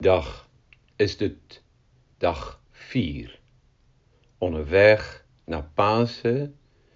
Dag is dit dag 4. Onderweg naar Pasen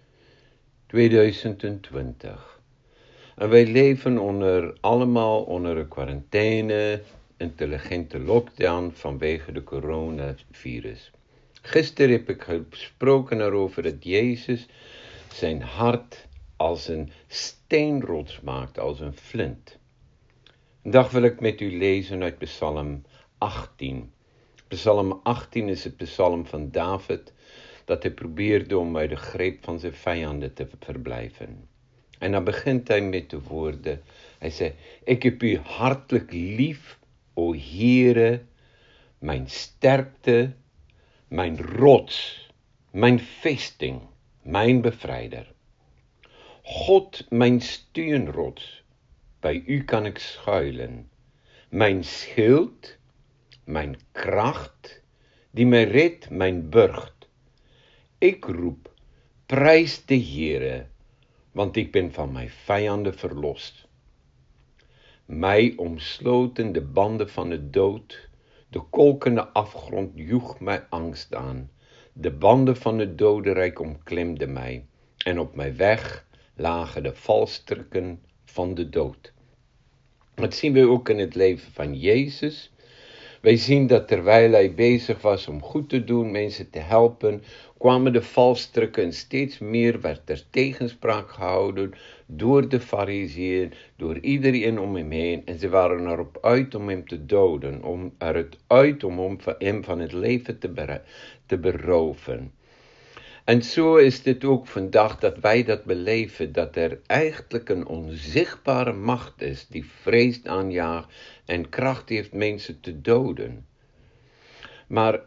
2020. En wij leven allemaal onder een quarantaine, intelligente lockdown vanwege de coronavirus. Gisteren heb ik gesproken erover dat Jezus zijn hart als een steenrots maakt, als een flint. Vandaag wil ik met u lezen uit Psalm 18. Psalm 18 is het psalm van David, dat hij probeerde om uit de greep van zijn vijanden te verblijven. En dan begint hij met de woorden, hij zegt, ik heb u hartelijk lief, o Heere, mijn sterkte, mijn rots, mijn vesting, mijn bevrijder. God, mijn steunrots, bij u kan ik schuilen. Mijn schild, mijn kracht, die mij redt, mijn burcht. Ik roep, prijs de Heere, want ik ben van mijn vijanden verlost. Mij omsloten de banden van de dood, de kolkende afgrond joeg mij angst aan. De banden van het dodenrijk omklemden mij, en op mijn weg lagen de valstrikken van de dood. Dat zien we ook in het leven van Jezus. Wij zien dat terwijl hij bezig was om goed te doen, mensen te helpen, kwamen de valstrikken en steeds meer werd er tegenspraak gehouden door de Farizeeën, door iedereen om hem heen. En ze waren erop uit om hem te doden, om hem van het leven te beroven. En zo is dit ook vandaag dat wij dat beleven, dat er eigenlijk een onzichtbare macht is die vrees aanjaagt en kracht heeft mensen te doden. Maar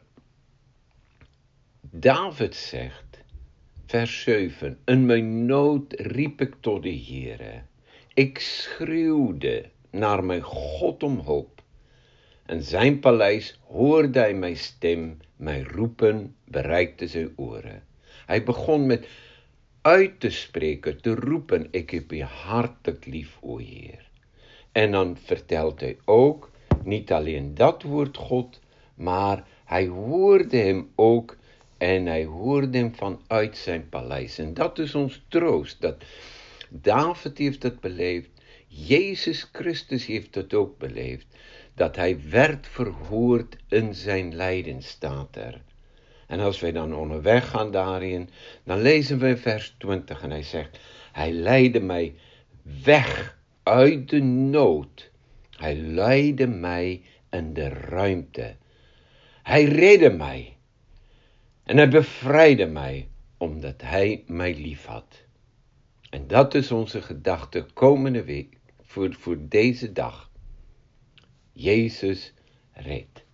David zegt, vers 7, in mijn nood riep ik tot de Heere. Ik schreeuwde naar mijn God om hulp. In zijn paleis hoorde hij mijn stem, mijn roepen bereikte zijn oren. Hij begon met uit te spreken, te roepen, ik heb je hartelijk lief, o Heer. En dan vertelt hij ook, niet alleen dat woord God, maar hij hoorde hem ook en hij hoorde hem vanuit zijn paleis. En dat is ons troost, dat David heeft het beleefd, Jezus Christus heeft het ook beleefd, dat hij werd verhoord in zijn lijden, staat er. En als wij dan onderweg gaan daarin, dan lezen we vers 20 en hij zegt, hij leidde mij weg uit de nood. Hij leidde mij in de ruimte. Hij redde mij. En hij bevrijdde mij, omdat hij mij lief had. En dat is onze gedachte komende week, voor deze dag. Jezus redt.